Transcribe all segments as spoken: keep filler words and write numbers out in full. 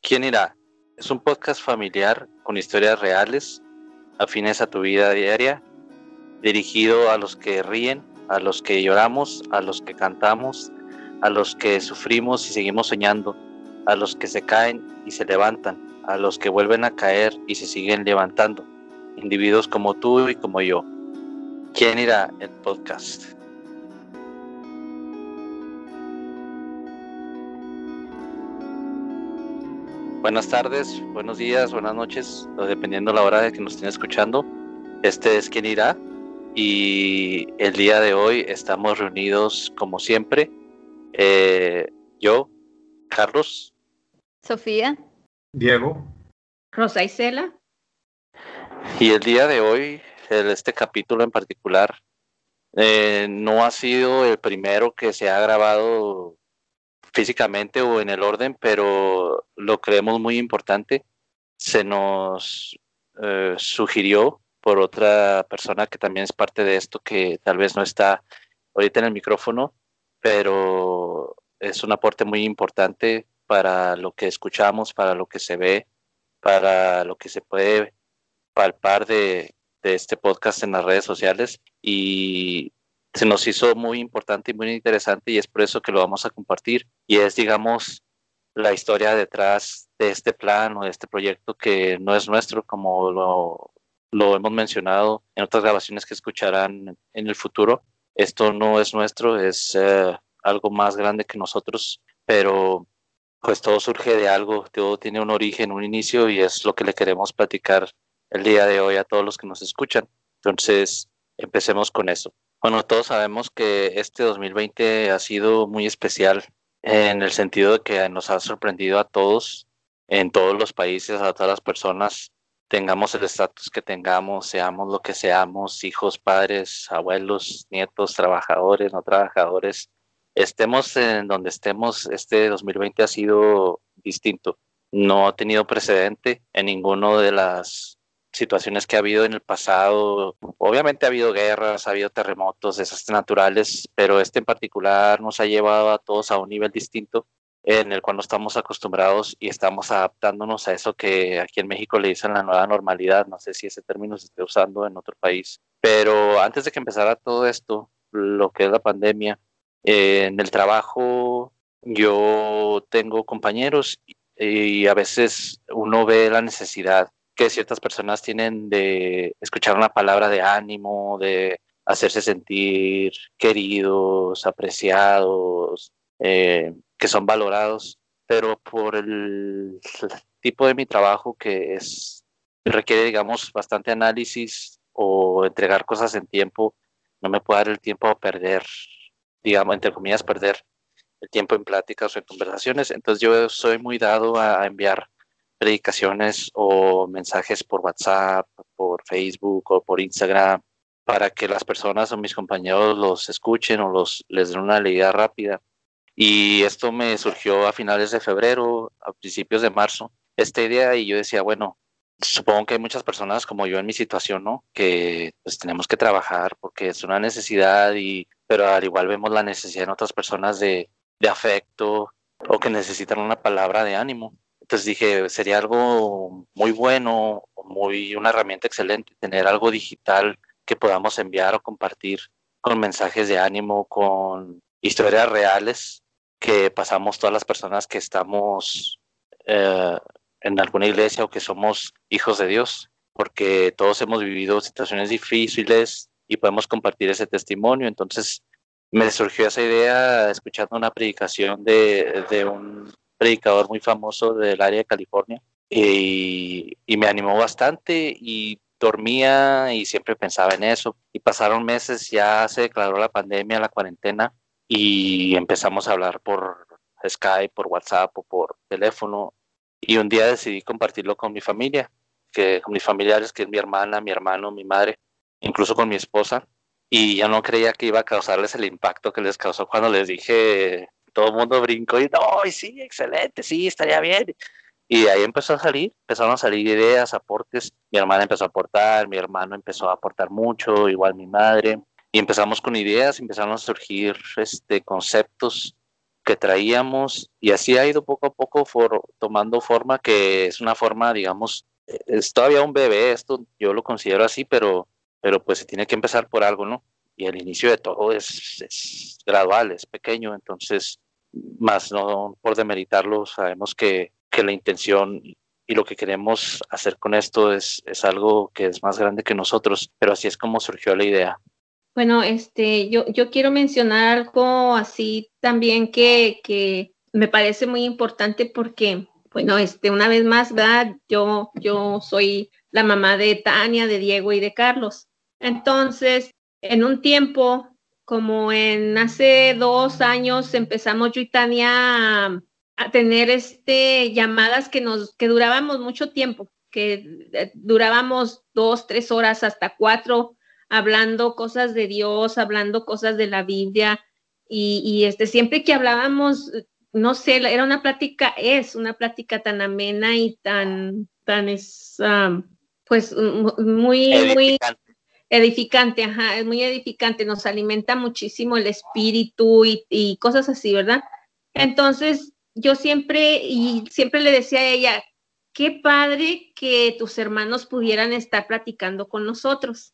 ¿Quién irá? Es un podcast familiar con historias reales, afines a tu vida diaria, dirigido a los que ríen, a los que lloramos, a los que cantamos, a los que sufrimos y seguimos soñando, a los que se caen y se levantan, a los que vuelven a caer y se siguen levantando, individuos como tú y como yo. ¿Quién irá? El podcast. Buenas tardes, buenos días, buenas noches, dependiendo la hora de que nos estén escuchando. Este es ¿Quién irá? Y el día de hoy estamos reunidos como siempre. Eh, yo, Carlos, Sofía, Diego, Rosa Isela. y el día de hoy, el, este capítulo en particular, eh, no ha sido el primero que se ha grabado físicamente o en el orden, pero lo creemos muy importante. Se nos eh, sugirió por otra persona que también es parte de esto, que tal vez no está ahorita en el micrófono, pero es un aporte muy importante para lo que escuchamos, para lo que se ve, para lo que se puede palpar de, de este podcast en las redes sociales, y se nos hizo muy importante y muy interesante, y es por eso que lo vamos a compartir, y es, digamos, la historia detrás de este plan o de este proyecto que no es nuestro, como lo, lo hemos mencionado en otras grabaciones que escucharán en el futuro. Esto no es nuestro, es eh, algo más grande que nosotros, pero pues todo surge de algo, todo tiene un origen, un inicio, y es lo que le queremos platicar el día de hoy a todos los que nos escuchan. Entonces, empecemos con eso. Bueno, todos sabemos que este dos mil veinte ha sido muy especial en el sentido de que nos ha sorprendido a todos, en todos los países, a todas las personas, tengamos el estatus que tengamos, seamos lo que seamos, hijos, padres, abuelos, nietos, trabajadores, no trabajadores, estemos en donde estemos. Este dos mil veinte ha sido distinto. No ha tenido precedente en ninguna de las situaciones que ha habido en el pasado. Obviamente ha habido guerras, ha habido terremotos, desastres naturales, pero este en particular nos ha llevado a todos a un nivel distinto en el cual no estamos acostumbrados y estamos adaptándonos a eso que aquí en México le dicen la nueva normalidad. No sé si ese término se esté usando en otro país. Pero antes de que empezara todo esto, lo que es la pandemia, eh, en el trabajo yo tengo compañeros y a veces uno ve la necesidad que ciertas personas tienen de escuchar una palabra de ánimo, de hacerse sentir queridos, apreciados, eh, que son valorados, pero por el tipo de mi trabajo, que es requiere, digamos, bastante análisis o entregar cosas en tiempo, no me puedo dar el tiempo a perder, digamos, entre comillas, perder el tiempo en pláticas o en conversaciones. Entonces yo soy muy dado a enviar predicaciones o mensajes por WhatsApp, por Facebook o por Instagram, para que las personas o mis compañeros los escuchen o los les den una leída rápida. Y esto me surgió a finales de febrero, a principios de marzo, esta idea, y yo decía, bueno, supongo que hay muchas personas como yo en mi situación, ¿no? Que pues tenemos que trabajar porque es una necesidad, y pero al igual vemos la necesidad en otras personas de, de afecto, o que necesitan una palabra de ánimo. Entonces dije, sería algo muy bueno, muy una herramienta excelente, tener algo digital que podamos enviar o compartir con mensajes de ánimo, con historias reales que pasamos todas las personas que estamos eh, en alguna iglesia o que somos hijos de Dios, porque todos hemos vivido situaciones difíciles y podemos compartir ese testimonio. Entonces me surgió esa idea escuchando una predicación de, de un predicador muy famoso del área de California, y, y me animó bastante, y dormía y siempre pensaba en eso. Y pasaron meses, ya se declaró la pandemia, la cuarentena, y empezamos a hablar por Skype, por WhatsApp o por teléfono, y un día decidí compartirlo con mi familia, que con mis familiares, que es mi hermana, mi hermano, mi madre, incluso con mi esposa. Y yo no creía que iba a causarles el impacto que les causó cuando les dije. Todo el mundo brincó y, no, sí, excelente, sí, estaría bien. Y de ahí empezó a salir, empezaron a salir ideas, aportes. Mi hermana empezó a aportar, mi hermano empezó a aportar mucho, igual mi madre. Y empezamos con ideas, empezaron a surgir este, conceptos que traíamos, y así ha ido poco a poco for, tomando forma, que es una forma, digamos, es todavía un bebé, esto yo lo considero así, pero, pero pues se tiene que empezar por algo, ¿no? Y el inicio de todo es, es gradual, es pequeño, entonces, más no por demeritarlo, sabemos que, que la intención y lo que queremos hacer con esto es, es algo que es más grande que nosotros, pero así es como surgió la idea. Bueno, este, yo, yo quiero mencionar algo así también que, que me parece muy importante porque, bueno, este, una vez más, ¿verdad? Yo, yo soy la mamá de Tania, de Diego y de Carlos. Entonces, en un tiempo, como en hace dos años, empezamos yo y Tania a, a tener este, llamadas que nos, que durábamos mucho tiempo, que eh, durábamos dos, tres horas, hasta cuatro, hablando cosas de Dios, hablando cosas de la Biblia, y, y este, siempre que hablábamos, no sé, era una plática, es una plática tan amena y tan, tan es, um, pues, muy, muy Edificante. edificante, ajá, es muy edificante, nos alimenta muchísimo el espíritu y, y cosas así, ¿verdad? Entonces, yo siempre, y siempre le decía a ella, qué padre que tus hermanos pudieran estar platicando con nosotros.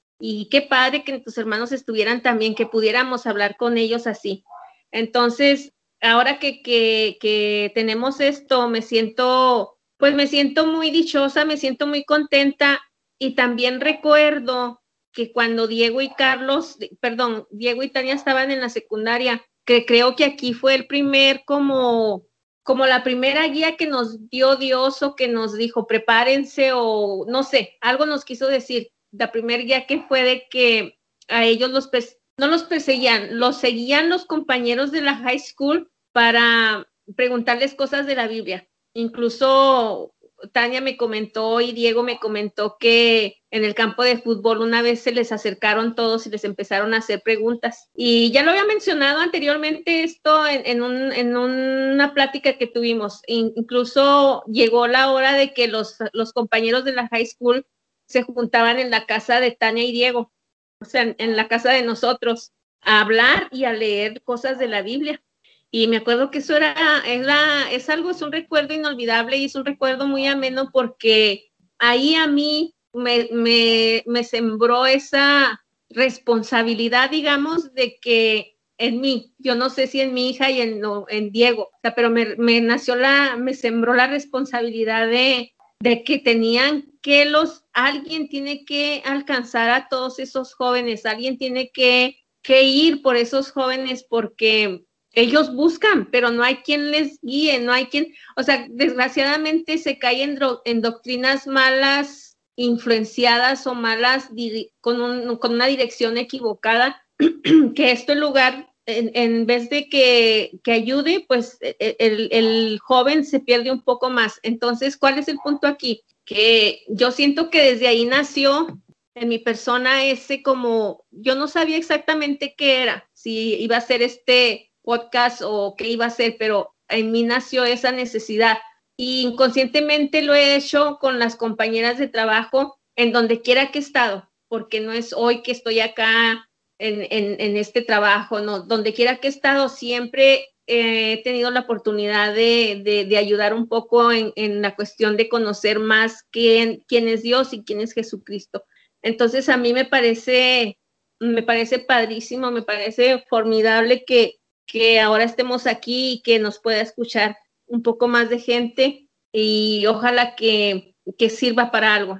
Y qué padre que tus hermanos estuvieran también, que pudiéramos hablar con ellos así. Entonces, ahora que, que, que tenemos esto, me siento, pues me siento muy dichosa, me siento muy contenta, y también recuerdo que cuando Diego y Carlos, perdón, Diego y Tania estaban en la secundaria, que creo que aquí fue el primer como como la primera guía que nos dio Dios, o que nos dijo prepárense, o no sé, algo nos quiso decir. La primera guía que fue de que a ellos los no los perseguían, los seguían los compañeros de la high school para preguntarles cosas de la Biblia. Incluso Tania me comentó y Diego me comentó que en el campo de fútbol una vez se les acercaron todos y les empezaron a hacer preguntas. Y ya lo había mencionado anteriormente esto en, en, un, en una plática que tuvimos. Incluso llegó la hora de que los, los compañeros de la high school se juntaban en la casa de Tania y Diego, o sea, en, en la casa de nosotros, a hablar y a leer cosas de la Biblia. Y me acuerdo que eso era, era, es algo, es un recuerdo inolvidable y es un recuerdo muy ameno, porque ahí a mí me, me, me sembró esa responsabilidad, digamos, de que en mí, yo no sé si en mi hija y en, no, en Diego, o sea, pero me, me nació la, me sembró la responsabilidad de, de que tenían que los, alguien tiene que alcanzar a todos esos jóvenes, alguien tiene que, que ir por esos jóvenes, porque ellos buscan, pero no hay quien les guíe, no hay quien, o sea, desgraciadamente se caen en, en doctrinas malas, influenciadas o malas, con, un, con una dirección equivocada, que esto en lugar, en, en vez de que, que ayude, pues el, el joven se pierde un poco más. Entonces, ¿cuál es el punto aquí? Que yo siento que desde ahí nació en mi persona ese como, yo no sabía exactamente qué era, si iba a ser este podcast o qué iba a ser, pero en mí nació esa necesidad, y inconscientemente lo he hecho con las compañeras de trabajo en donde quiera que he estado, porque no es hoy que estoy acá en, en, en este trabajo, no, donde quiera que he estado siempre eh, he tenido la oportunidad de, de, de ayudar un poco en, en la cuestión de conocer más quién, quién es Dios y quién es Jesucristo. Entonces a mí me parece, me parece padrísimo, me parece formidable que que ahora estemos aquí y que nos pueda escuchar un poco más de gente, y ojalá que, que sirva para algo.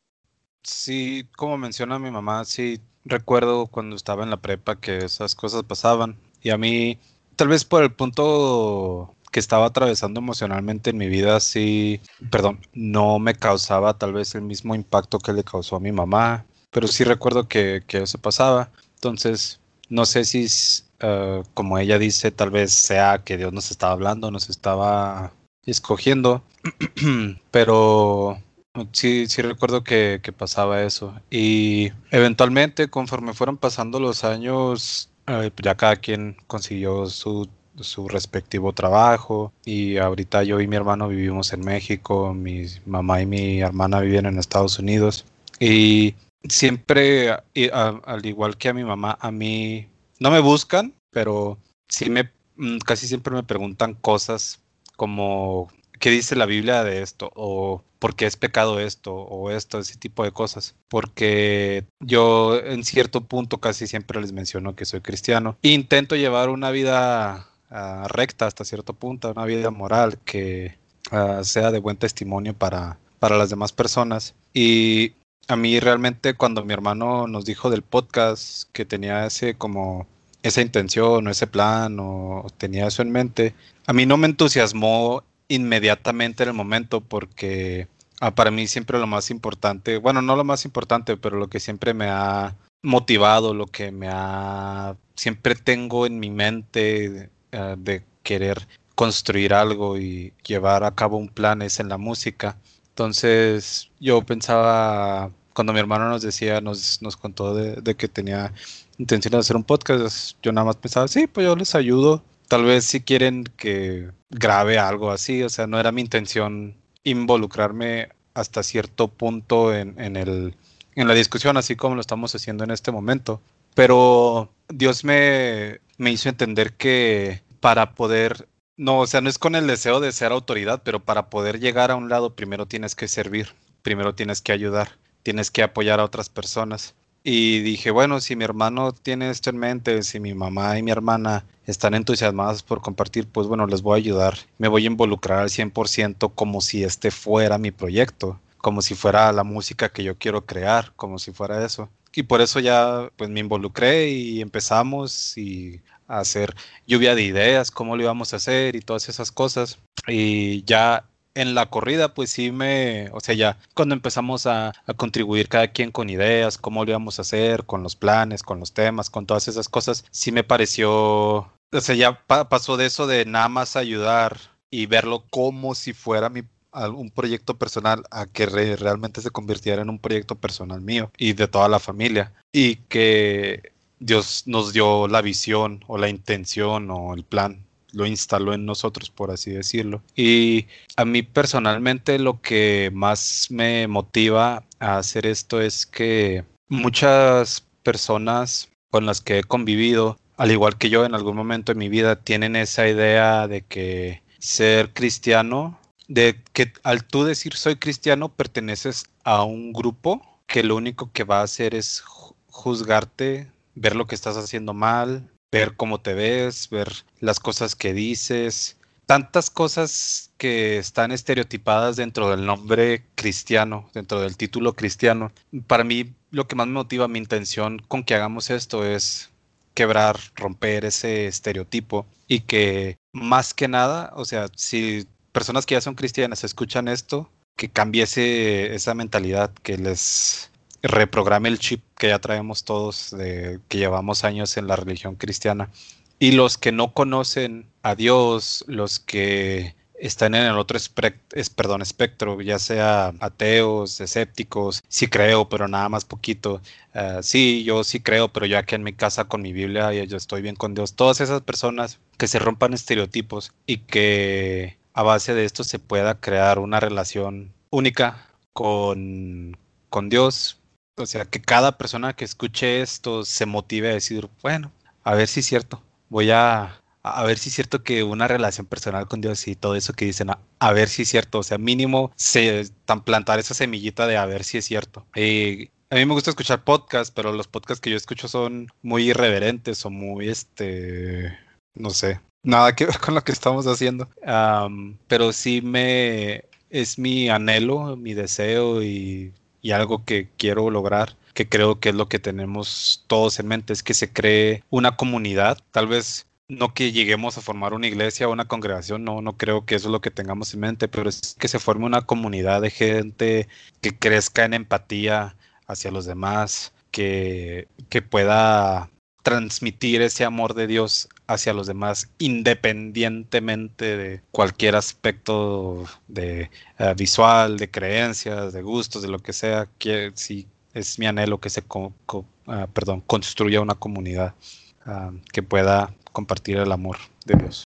Sí, como menciona mi mamá, sí recuerdo cuando estaba en la prepa que esas cosas pasaban, y a mí, tal vez por el punto que estaba atravesando emocionalmente en mi vida, sí, perdón, no me causaba tal vez el mismo impacto que le causó a mi mamá, pero sí recuerdo que, que eso pasaba. Entonces, no sé si, uh, como ella dice, tal vez sea que Dios nos estaba hablando, nos estaba escogiendo, pero sí, sí recuerdo que, que pasaba eso. Y eventualmente, conforme fueron pasando los años, eh, ya cada quien consiguió su, su respectivo trabajo, y ahorita yo y mi hermano vivimos en México, mi mamá y mi hermana viven en Estados Unidos, y siempre, a, a, al igual que a mi mamá, a mí no me buscan, pero sí me mm, casi siempre me preguntan cosas como ¿qué dice la Biblia de esto? O ¿por qué es pecado esto? O esto, ese tipo de cosas. Porque yo en cierto punto casi siempre les menciono que soy cristiano. Intento llevar una vida uh, recta hasta cierto punto, una vida moral que uh, sea de buen testimonio para, para las demás personas. Y a mí realmente cuando mi hermano nos dijo del podcast que tenía ese como esa intención o ese plan o tenía eso en mente, a mí no me entusiasmó inmediatamente en el momento porque ah, para mí siempre lo más importante, bueno, no lo más importante, pero lo que siempre me ha motivado, lo que me ha, siempre tengo en mi mente uh, de querer construir algo y llevar a cabo un plan es en la música. Entonces yo pensaba, cuando mi hermano nos decía, nos, nos contó de, de que tenía intención de hacer un podcast, yo nada más pensaba, sí, pues yo les ayudo. Tal vez si quieren que grabe algo así, o sea, no era mi intención involucrarme hasta cierto punto en, en el, en la discusión, así como lo estamos haciendo en este momento. Pero Dios me, me hizo entender que para poder, no, o sea, no es con el deseo de ser autoridad, pero para poder llegar a un lado, primero tienes que servir, primero tienes que ayudar, tienes que apoyar a otras personas. Y dije, bueno, si mi hermano tiene esto en mente, si mi mamá y mi hermana están entusiasmadas por compartir, pues bueno, les voy a ayudar. Me voy a involucrar al cien por ciento como si este fuera mi proyecto, como si fuera la música que yo quiero crear, como si fuera eso. Y por eso ya pues me involucré y empezamos y a hacer lluvia de ideas, cómo lo íbamos a hacer y todas esas cosas. Y ya en la corrida, pues sí me, o sea, ya cuando empezamos a, a contribuir cada quien con ideas, cómo lo íbamos a hacer, con los planes, con los temas, con todas esas cosas, sí me pareció, o sea, ya pa- pasó de eso de nada más ayudar y verlo como si fuera mi un proyecto personal a que re- realmente se convirtiera en un proyecto personal mío y de toda la familia y que Dios nos dio la visión o la intención o el plan, lo instaló en nosotros, por así decirlo. Y a mí personalmente lo que más me motiva a hacer esto es que muchas personas con las que he convivido, al igual que yo en algún momento en mi vida, tienen esa idea de que ser cristiano, de que al tú decir soy cristiano, perteneces a un grupo que lo único que va a hacer es ju- juzgarte, ver lo que estás haciendo mal, ver cómo te ves, ver las cosas que dices, tantas cosas que están estereotipadas dentro del nombre cristiano, dentro del título cristiano. Para mí, lo que más me motiva, mi intención con que hagamos esto es quebrar, romper ese estereotipo y que más que nada, o sea, si personas que ya son cristianas escuchan esto, que cambie ese, esa mentalidad, que les reprograme el chip que ya traemos todos, de, que llevamos años en la religión cristiana. Y los que no conocen a Dios, los que están en el otro espect es, perdón, espectro, ya sea ateos, escépticos, sí creo, pero nada más poquito. Uh, sí, yo sí creo, pero yo aquí en mi casa con mi Biblia y yo estoy bien con Dios. Todas esas personas que se rompan estereotipos y que a base de esto se pueda crear una relación única con, con Dios. O sea, que cada persona que escuche esto se motive a decir, bueno, a ver si es cierto. Voy a, a ver si es cierto que una relación personal con Dios y todo eso que dicen, a, a ver si es cierto. O sea, mínimo se, tan plantar esa semillita de a ver si es cierto. Y a mí me gusta escuchar podcasts, pero los podcasts que yo escucho son muy irreverentes o muy, este, no sé, nada que ver con lo que estamos haciendo. Um, pero sí me, es mi anhelo, mi deseo y, y algo que quiero lograr, que creo que es lo que tenemos todos en mente, es que se cree una comunidad, tal vez no que lleguemos a formar una iglesia o una congregación, no, no creo que eso es lo que tengamos en mente, pero es que se forme una comunidad de gente que crezca en empatía hacia los demás, que, que pueda transmitir ese amor de Dios hacia los demás independientemente de cualquier aspecto de uh, visual, de creencias, de gustos, de lo que sea, que sí es mi anhelo que se co co uh, perdón, construya una comunidad uh, que pueda compartir el amor de Dios.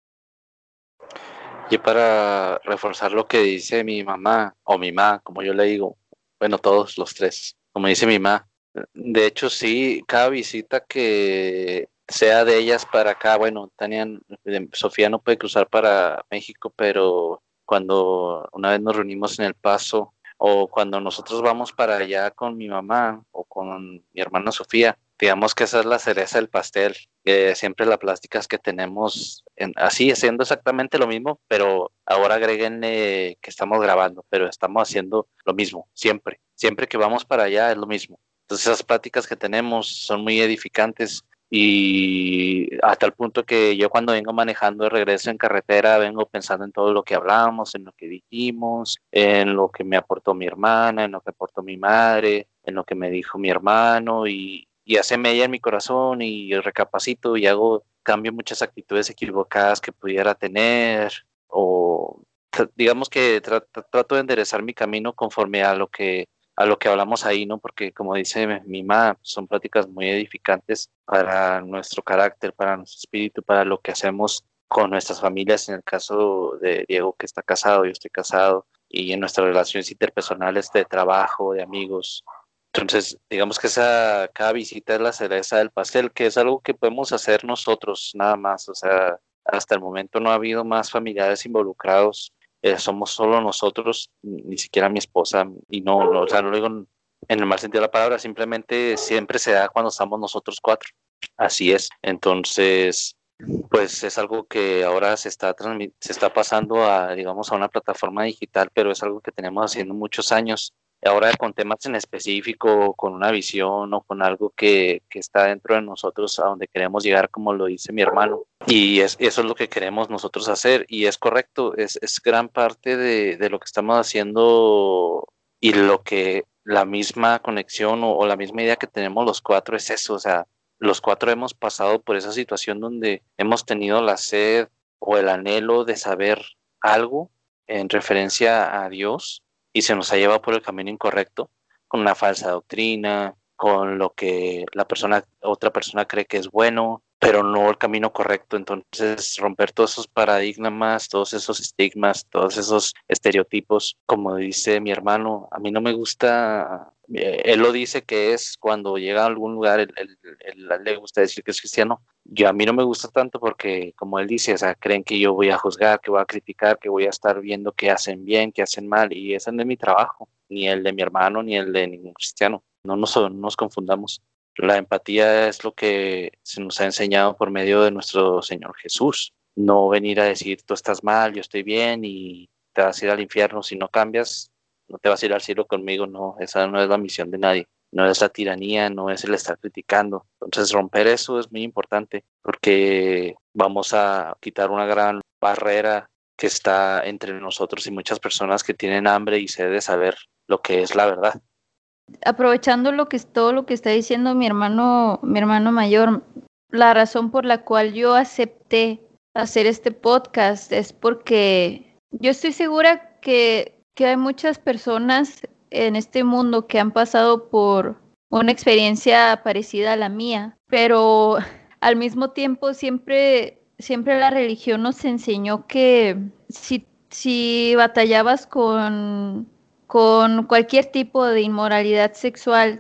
Y para reforzar lo que dice mi mamá, o mi mamá, como yo le digo, bueno, todos los tres, como dice mi mamá, de hecho sí, cada visita que sea de ellas para acá, bueno, Tania, Sofía no puede cruzar para México, pero cuando una vez nos reunimos en El Paso, o cuando nosotros vamos para allá con mi mamá o con mi hermana Sofía, digamos que esa es la cereza del pastel, que siempre las plásticas que tenemos, en, así haciendo exactamente lo mismo, pero ahora agréguenle que estamos grabando, pero estamos haciendo lo mismo, siempre, siempre que vamos para allá es lo mismo. Entonces esas pláticas que tenemos son muy edificantes y hasta el punto que yo cuando vengo manejando de regreso en carretera vengo pensando en todo lo que hablamos, en lo que dijimos, en lo que me aportó mi hermana, en lo que aportó mi madre, en lo que me dijo mi hermano y, y hace mella en mi corazón y recapacito y hago, cambio muchas actitudes equivocadas que pudiera tener o digamos que tra trato de enderezar mi camino conforme a lo que a lo que hablamos ahí, ¿no? Porque como dice mi mamá, son pláticas muy edificantes para nuestro carácter, para nuestro espíritu, para lo que hacemos con nuestras familias, en el caso de Diego que está casado, yo estoy casado, y en nuestras relaciones interpersonales de trabajo, de amigos. Entonces, digamos que esa, cada visita es la cereza del pastel, que es algo que podemos hacer nosotros nada más, o sea, hasta el momento no ha habido más familiares involucrados. Eh, somos solo nosotros, ni siquiera mi esposa, y no, no, o sea, no lo digo en, en el mal sentido de la palabra, simplemente siempre se da cuando estamos nosotros cuatro, así es. Entonces, pues es algo que ahora se está se está pasando a, digamos, a una plataforma digital, pero es algo que tenemos haciendo muchos años. Ahora con temas en específico, con una visión o con algo que, que está dentro de nosotros, a donde queremos llegar, como lo dice mi hermano. Y es, eso es lo que queremos nosotros hacer. Y es correcto, es, es gran parte de, de lo que estamos haciendo y lo que la misma conexión o, o la misma idea que tenemos los cuatro es eso. O sea, los cuatro hemos pasado por esa situación donde hemos tenido la sed o el anhelo de saber algo en referencia a Dios y se nos ha llevado por el camino incorrecto, con una falsa doctrina, con lo que la persona, otra persona cree que es bueno, pero no el camino correcto. Entonces, romper todos esos paradigmas, todos esos estigmas, todos esos estereotipos, como dice mi hermano, a mí no me gusta, eh, él lo dice que es cuando llega a algún lugar, él, él, él, él le gusta decir que es cristiano. Yo a mí no me gusta tanto porque, como él dice, o sea, creen que yo voy a juzgar, que voy a criticar, que voy a estar viendo qué hacen bien, qué hacen mal, y ese no es mi trabajo, ni el de mi hermano, ni el de ningún cristiano. No nos, no nos confundamos. La empatía es lo que se nos ha enseñado por medio de nuestro Señor Jesús. No venir a decir, tú estás mal, yo estoy bien y te vas a ir al infierno. Si no cambias, no te vas a ir al cielo conmigo. No, esa no es la misión de nadie. No es la tiranía, no es el estar criticando. Entonces romper eso es muy importante porque vamos a quitar una gran barrera que está entre nosotros y muchas personas que tienen hambre y sed de saber lo que es la verdad. Aprovechando lo que es todo lo que está diciendo mi hermano, mi hermano mayor, la razón por la cual yo acepté hacer este podcast es porque yo estoy segura que, que hay muchas personas en este mundo que han pasado por una experiencia parecida a la mía, pero al mismo tiempo siempre, siempre la religión nos enseñó que si, si batallabas con con cualquier tipo de inmoralidad sexual,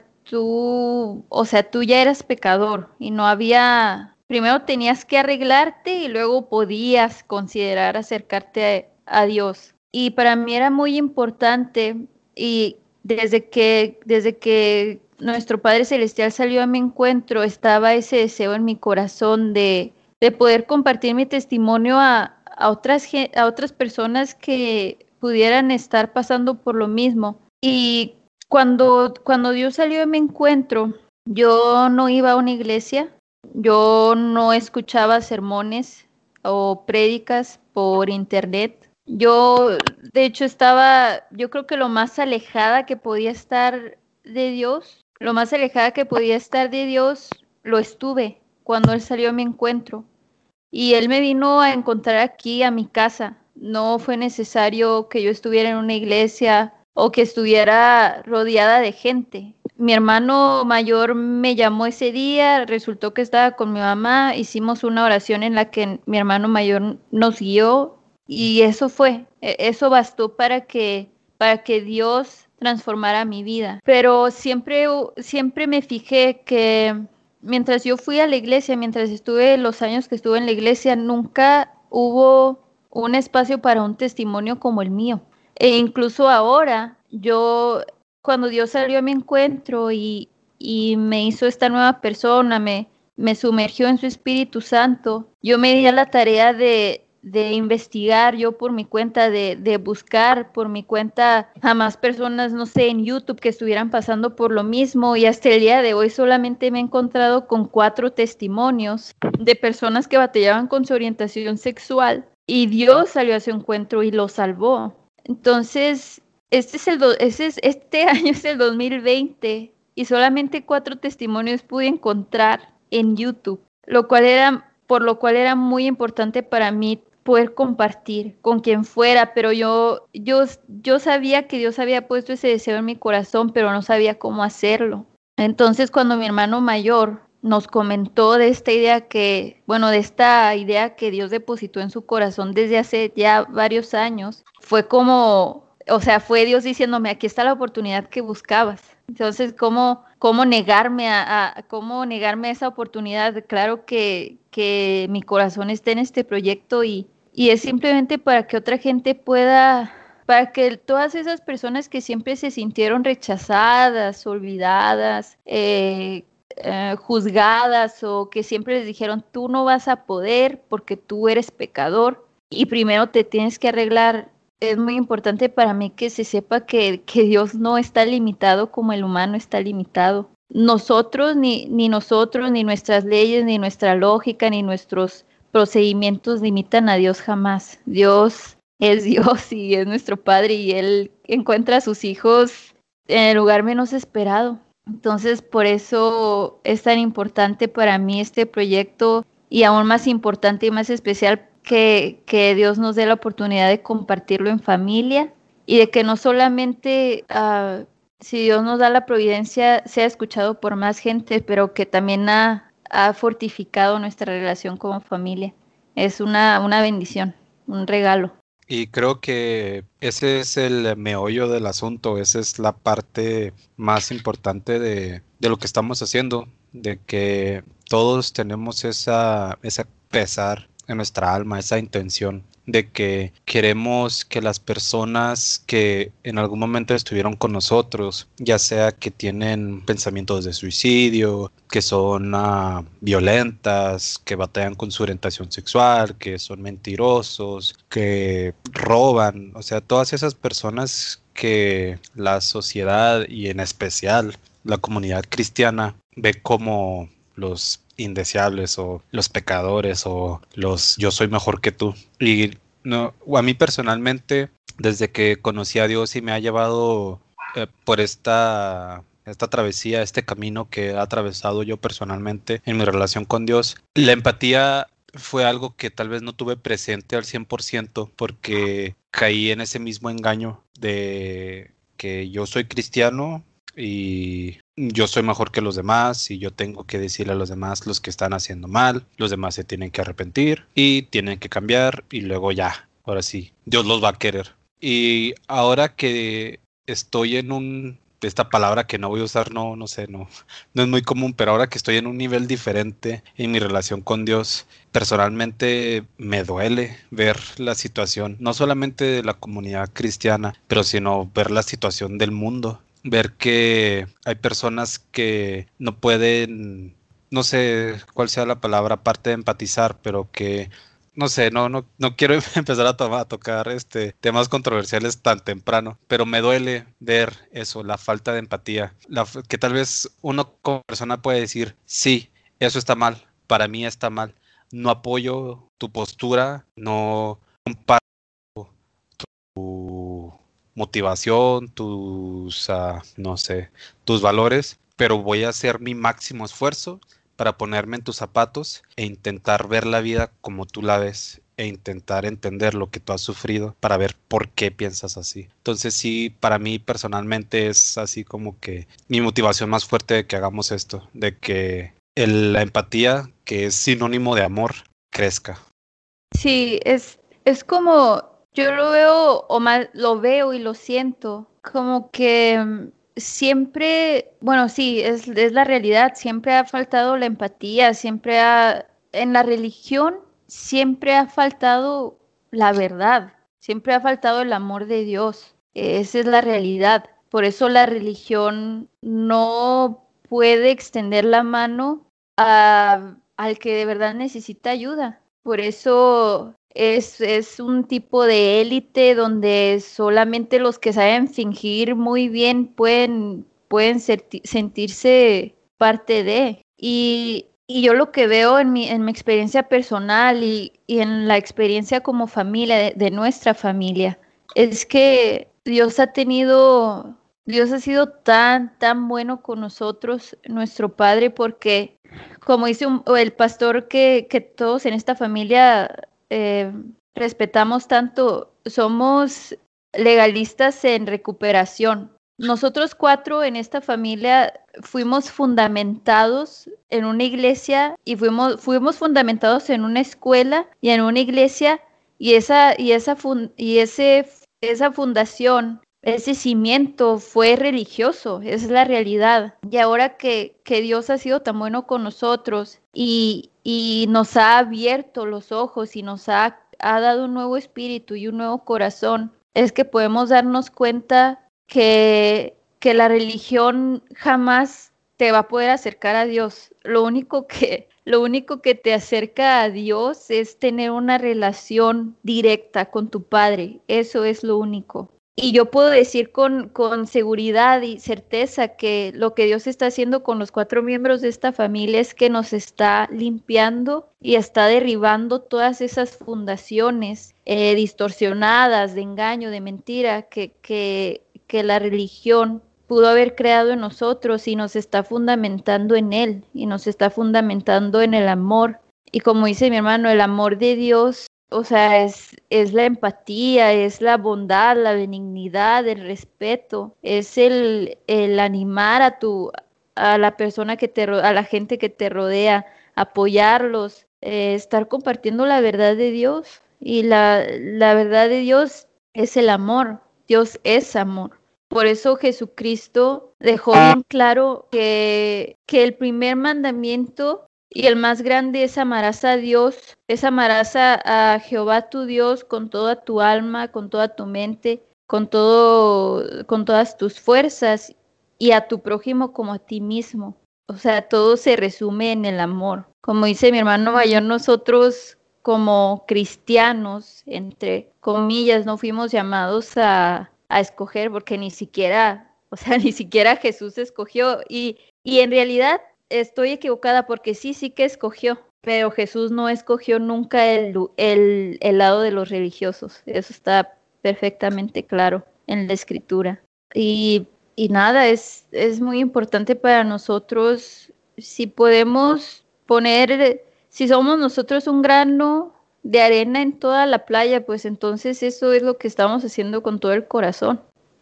tú, o sea, tú ya eras pecador y no había, primero tenías que arreglarte y luego podías considerar acercarte a, a Dios. Y para mí era muy importante y desde que, desde que nuestro Padre Celestial salió a mi encuentro, estaba ese deseo en mi corazón de, de poder compartir mi testimonio a, a, otras, a otras personas que pudieran estar pasando por lo mismo. Y cuando, cuando Dios salió de mi encuentro, yo no iba a una iglesia, yo no escuchaba sermones o prédicas por internet. Yo, de hecho, estaba, yo creo que lo más alejada que podía estar de Dios, lo más alejada que podía estar de Dios, lo estuve cuando Él salió a mi encuentro. Y Él me vino a encontrar aquí a mi casa. No fue necesario que yo estuviera en una iglesia o que estuviera rodeada de gente. Mi hermano mayor me llamó ese día, resultó que estaba con mi mamá, hicimos una oración en la que mi hermano mayor nos guió y eso fue, eso bastó para que, para que Dios transformara mi vida. Pero siempre, siempre me fijé que mientras yo fui a la iglesia, mientras estuve los años que estuve en la iglesia, nunca hubo un espacio para un testimonio como el mío. E incluso ahora, yo, cuando Dios salió a mi encuentro y, y me hizo esta nueva persona, me, me sumergió en su Espíritu Santo, yo me di a la tarea de, de investigar yo por mi cuenta, de, de buscar por mi cuenta a más personas, no sé, en YouTube que estuvieran pasando por lo mismo, y hasta el día de hoy solamente me he encontrado con cuatro testimonios de personas que batallaban con su orientación sexual y Dios salió a su encuentro y lo salvó. Entonces, este, es el do, este, es, este año es el dos mil veinte y solamente cuatro testimonios pude encontrar en YouTube, lo cual era, por lo cual era muy importante para mí poder compartir con quien fuera, pero yo, yo, yo sabía que Dios había puesto ese deseo en mi corazón, pero no sabía cómo hacerlo. Entonces, cuando mi hermano mayor nos comentó de esta idea que, bueno, de esta idea que Dios depositó en su corazón desde hace ya varios años, fue como, o sea, fue Dios diciéndome, aquí está la oportunidad que buscabas. Entonces, ¿cómo, cómo negarme a, a cómo negarme a esa oportunidad? Claro que, que mi corazón está en este proyecto y, y es simplemente para que otra gente pueda, para que todas esas personas que siempre se sintieron rechazadas, olvidadas, eh, eh, juzgadas, o que siempre les dijeron, tú no vas a poder porque tú eres pecador y primero te tienes que arreglar. Es muy importante para mí que se sepa que, que Dios no está limitado como el humano está limitado. Nosotros, ni, ni nosotros, ni nuestras leyes, ni nuestra lógica, ni nuestros procedimientos limitan a Dios jamás. Dios es Dios y es nuestro Padre y Él encuentra a sus hijos en el lugar menos esperado. Entonces, por eso es tan importante para mí este proyecto y aún más importante y más especial que, que Dios nos dé la oportunidad de compartirlo en familia y de que no solamente, uh, si Dios nos da la providencia, sea escuchado por más gente, pero que también ha, ha fortificado nuestra relación como familia. Es una, una bendición, un regalo. Y creo que ese es el meollo del asunto, esa es la parte más importante de, de lo que estamos haciendo, de que todos tenemos esa, ese pesar en nuestra alma, esa intención de que queremos que las personas que en algún momento estuvieron con nosotros, ya sea que tienen pensamientos de suicidio, que son uh, violentas, que batallan con su orientación sexual, que son mentirosos, que roban, o sea, todas esas personas que la sociedad y en especial la comunidad cristiana ve como los indeseables o los pecadores o los yo soy mejor que tú. Y no, a mí personalmente, desde que conocí a Dios y me ha llevado eh, por esta, esta travesía, este camino que he atravesado yo personalmente en mi relación con Dios, la empatía fue algo que tal vez no tuve presente al cien por ciento porque caí en ese mismo engaño de que yo soy cristiano y yo soy mejor que los demás y yo tengo que decirle a los demás los que están haciendo mal, los demás se tienen que arrepentir y tienen que cambiar y luego ya, ahora sí, Dios los va a querer. Y ahora que estoy en un, esta palabra que no voy a usar, no, no sé, no, no es muy común, pero ahora que estoy en un nivel diferente en mi relación con Dios, personalmente me duele ver la situación, no solamente de la comunidad cristiana, pero sino ver la situación del mundo. Ver que hay personas que no pueden, no sé cuál sea la palabra aparte de empatizar, pero que, no sé, no, no, no quiero empezar a, to- a tocar este, temas controversiales tan temprano, pero me duele ver eso, la falta de empatía, la, que tal vez uno como persona puede decir, sí, eso está mal, para mí está mal, no apoyo tu postura, no comparto tu motivación, tus, uh, no sé, tus valores, pero voy a hacer mi máximo esfuerzo para ponerme en tus zapatos e intentar ver la vida como tú la ves e intentar entender lo que tú has sufrido para ver por qué piensas así. Entonces sí, para mí personalmente es así como que mi motivación más fuerte de que hagamos esto, de que el, la empatía, que es sinónimo de amor, crezca. Sí, es, es como, yo lo veo, o más, lo veo y lo siento, como que mm, siempre, bueno, sí, es, es la realidad, siempre ha faltado la empatía, siempre ha, en la religión, siempre ha faltado la verdad, siempre ha faltado el amor de Dios. Esa es la realidad. Por eso la religión no puede extender la mano a, al que de verdad necesita ayuda. Por eso es, es un tipo de élite donde solamente los que saben fingir muy bien pueden, pueden serti- sentirse parte de. Y, y yo lo que veo en mi, en mi experiencia personal y, y en la experiencia como familia, de, de nuestra familia, es que Dios ha tenido, Dios ha sido tan, tan bueno con nosotros, nuestro Padre, porque como dice un- el pastor que, que todos en esta familia eh, respetamos tanto, somos legalistas en recuperación. Nosotros cuatro en esta familia fuimos fundamentados en una iglesia y fuimos, fuimos fundamentados en una escuela y en una iglesia y esa, y esa, fun- y ese, esa fundación, ese cimiento fue religioso, esa es la realidad. Y ahora que, que Dios ha sido tan bueno con nosotros y, y nos ha abierto los ojos y nos ha, ha dado un nuevo espíritu y un nuevo corazón, es que podemos darnos cuenta que, que la religión jamás te va a poder acercar a Dios. Lo único que, lo único que te acerca a Dios es tener una relación directa con tu Padre. Eso es lo único. Y yo puedo decir con, con seguridad y certeza que lo que Dios está haciendo con los cuatro miembros de esta familia es que nos está limpiando y está derribando todas esas fundaciones eh, distorsionadas de engaño, de mentira, que, que, que la religión pudo haber creado en nosotros y nos está fundamentando en Él y nos está fundamentando en el amor. Y como dice mi hermano, el amor de Dios, o sea, es, es la empatía, es la bondad, la benignidad, el respeto, es el, el animar a tu, a la persona que te, a la gente que te rodea, apoyarlos, eh, estar compartiendo la verdad de Dios. Y la, la verdad de Dios es el amor. Dios es amor. Por eso Jesucristo dejó bien claro que, que el primer mandamiento y el más grande es amarás a Dios, es amarás a, a Jehová tu Dios con toda tu alma, con toda tu mente, con todo, con todas tus fuerzas y a tu prójimo como a ti mismo. O sea, todo se resume en el amor. Como dice mi hermano mayor, nosotros como cristianos, entre comillas, no fuimos llamados a, a escoger porque ni siquiera, o sea, ni siquiera Jesús escogió y, y en realidad estoy equivocada porque sí, sí que escogió, pero Jesús no escogió nunca el, el, el lado de los religiosos. Eso está perfectamente claro en la escritura. Y, y nada, es, es muy importante para nosotros si podemos poner, si somos nosotros un grano de arena en toda la playa, pues entonces eso es lo que estamos haciendo con todo el corazón.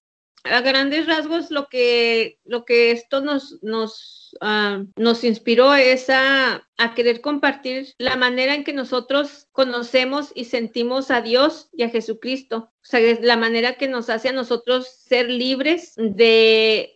A grandes rasgos, lo que, lo que esto nos, nos, uh, nos inspiró es a, a querer compartir la manera en que nosotros conocemos y sentimos a Dios y a Jesucristo. O sea, es la manera que nos hace a nosotros ser libres de,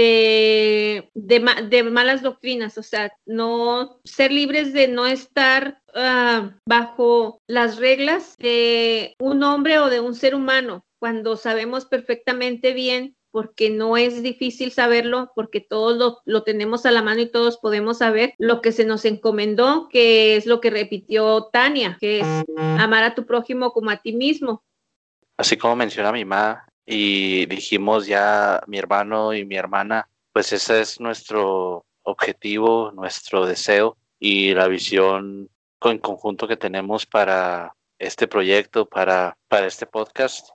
de, de, de malas doctrinas. O sea, no ser libres de no estar uh, bajo las reglas de un hombre o de un ser humano, cuando sabemos perfectamente bien, porque no es difícil saberlo, porque todos lo, lo tenemos a la mano y todos podemos saber lo que se nos encomendó, que es lo que repitió Tania, que es amar a tu prójimo como a ti mismo. Así como menciona mi mamá y dijimos ya mi hermano y mi hermana, pues ese es nuestro objetivo, nuestro deseo y la visión en conjunto que tenemos para este proyecto, para, para este podcast.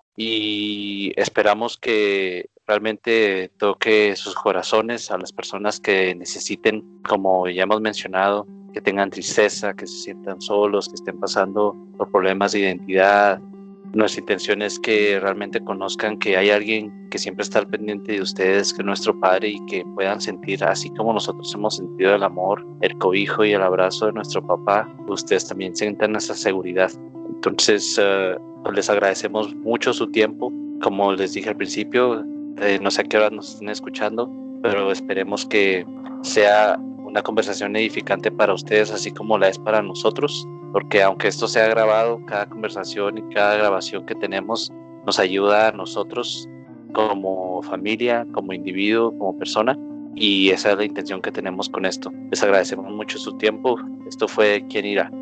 Y esperamos que realmente toque sus corazones a las personas que necesiten, como ya hemos mencionado, que tengan tristeza, que se sientan solos, que estén pasando por problemas de identidad. Nuestra intención es que realmente conozcan que hay alguien que siempre está al pendiente de ustedes, que es nuestro Padre, y que puedan sentir, así como nosotros hemos sentido el amor, el cobijo y el abrazo de nuestro papá, ustedes también sientan esa seguridad. Entonces, uh, les agradecemos mucho su tiempo. Como les dije al principio, Eh, no sé a qué hora nos estén escuchando, pero esperemos que sea una conversación edificante para ustedes, así como la es para nosotros, porque aunque esto sea grabado, cada conversación y cada grabación que tenemos nos ayuda a nosotros como familia, como individuo, como persona, y esa es la intención que tenemos con esto. Les agradecemos mucho su tiempo. Esto fue ¿Quién irá?